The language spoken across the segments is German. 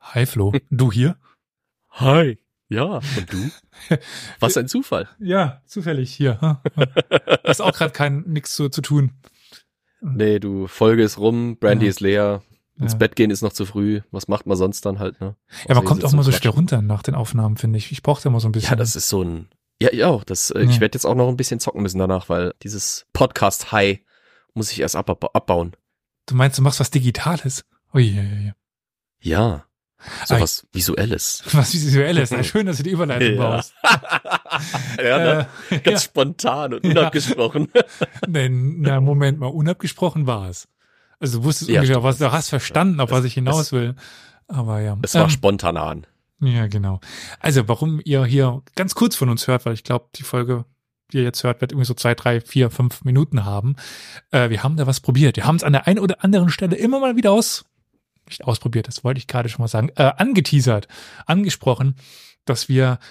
Hi Flo, du hier? Hi. Ja, und du? Was ein Zufall. Ja, zufällig hier. Hast auch gerade nichts zu tun. Nee, du, Folge ist rum, Brandy Ja. ist leer, ins Ja. Bett gehen ist noch zu früh. Was macht man sonst dann halt, ne? Ja, man Außer hier kommt auch sitzen mal so und schnell quatschen. runter nach den Aufnahmen, finde ich. Ich brauche da immer so ein bisschen. Ja, das ist so ein... Ja, ich auch. Ich werde jetzt auch noch ein bisschen zocken müssen danach, weil dieses Podcast-High muss ich erst abbauen. Du meinst, du machst was Digitales? Ui. Ja, sowas Visuelles. Was Visuelles. Schön, dass du die Überleitung baust. Ja, ne? Ganz ja. spontan und unabgesprochen. Na, Moment mal, unabgesprochen war es. Also du wusstest Ja, ungefähr, stimmt, was du hast verstanden, auf was ich hinaus will. Aber ja. Es war spontan. Ja, genau. Also, warum ihr hier ganz kurz von uns hört, weil ich glaube, die Folge, die ihr jetzt hört, wird irgendwie so 2, 3, 4, 5 Minuten haben. Wir haben da was probiert. Wir haben es an der einen oder anderen Stelle immer mal wieder nicht ausprobiert, das wollte ich gerade schon mal sagen, angeteasert, angesprochen, dass wir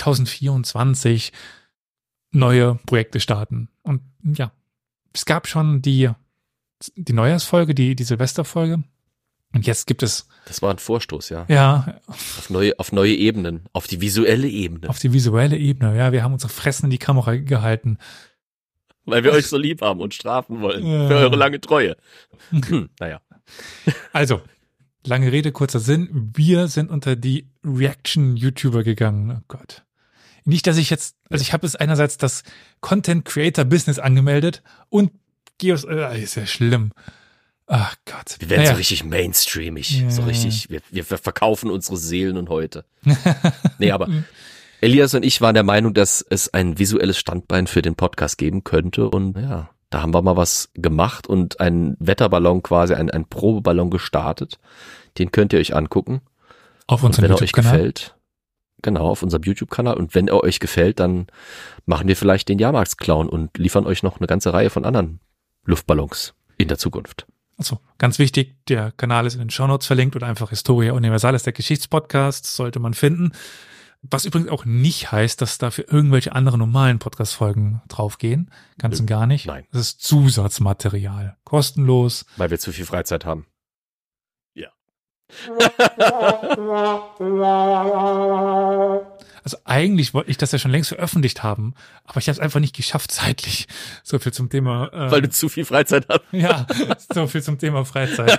2024 neue Projekte starten. Und ja, es gab schon die Neujahrsfolge, die Silvesterfolge. Und jetzt gibt es... Das war ein Vorstoß, ja. Ja. Auf neue Ebenen, auf die visuelle Ebene. Auf die visuelle Ebene, ja. Wir haben unsere Fressen in die Kamera gehalten. Weil wir euch so lieb haben und strafen wollen. Für eure lange Treue. Naja. Also, lange Rede, kurzer Sinn. Wir sind unter die Reaction-YouTuber gegangen. Oh Gott. Nicht, dass ich jetzt... Also ich habe es einerseits das Content-Creator-Business angemeldet und Geos... ist ja schlimm. Ach Gott. Wir werden so richtig mainstreamig. Ja. So richtig, wir verkaufen unsere Seelen und heute. Nee, aber Elias und ich waren der Meinung, dass es ein visuelles Standbein für den Podcast geben könnte. Und ja, da haben wir mal was gemacht und einen Wetterballon quasi, einen Probeballon gestartet. Den könnt ihr euch angucken. Auf Und unserem wenn er euch YouTube-Kanal. gefällt, genau, auf unserem YouTube-Kanal. Und wenn er euch gefällt, dann machen wir vielleicht den Jahrmarktsclown und liefern euch noch eine ganze Reihe von anderen Luftballons in der Zukunft. Achso, ganz wichtig, der Kanal ist in den Shownotes verlinkt oder einfach Historia Universalis, der Geschichtspodcast, sollte man finden. Was übrigens auch nicht heißt, dass da für irgendwelche anderen normalen Podcast-Folgen draufgehen. Ganz und gar nicht. Nein. Das ist Zusatzmaterial. Kostenlos. Weil wir zu viel Freizeit haben. Ja. Also eigentlich wollte ich das ja schon längst veröffentlicht haben, aber ich habe es einfach nicht geschafft zeitlich. So viel zum Thema. Weil du zu viel Freizeit hast. Ja, so viel zum Thema Freizeit.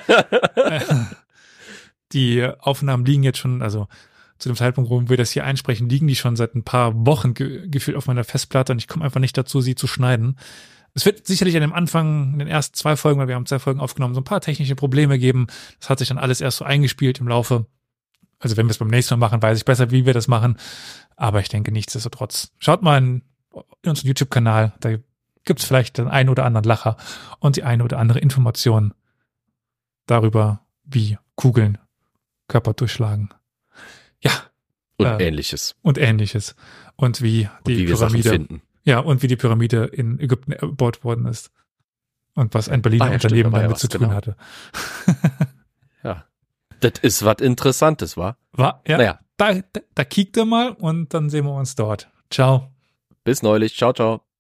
Die Aufnahmen liegen jetzt schon, also zu dem Zeitpunkt, wo wir das hier einsprechen, liegen die schon seit ein paar Wochen gefühlt auf meiner Festplatte und ich komme einfach nicht dazu, sie zu schneiden. Es wird sicherlich an dem Anfang, in den ersten 2 Folgen, weil wir haben 2 Folgen aufgenommen, so ein paar technische Probleme geben. Das hat sich dann alles erst so eingespielt im Laufe. Also wenn wir es beim nächsten Mal machen, weiß ich besser, wie wir das machen. Aber ich denke, nichtsdestotrotz. Schaut mal in unseren YouTube-Kanal, da gibt's vielleicht den einen oder anderen Lacher und die eine oder andere Information darüber, wie Kugeln Körper durchschlagen. Ja. Und Ähnliches. Und Ähnliches. Und wie die wir Sachen Pyramide. finden. Ja, und wie die Pyramide in Ägypten erbaut worden ist. Und was ein Berliner Unternehmen stimmt, da war ja damit was, zu tun genau. hatte. Ja. Das ist was Interessantes, wa? Ja, Naja. da kickt er mal und dann sehen wir uns dort. Ciao. Bis neulich. Ciao, ciao.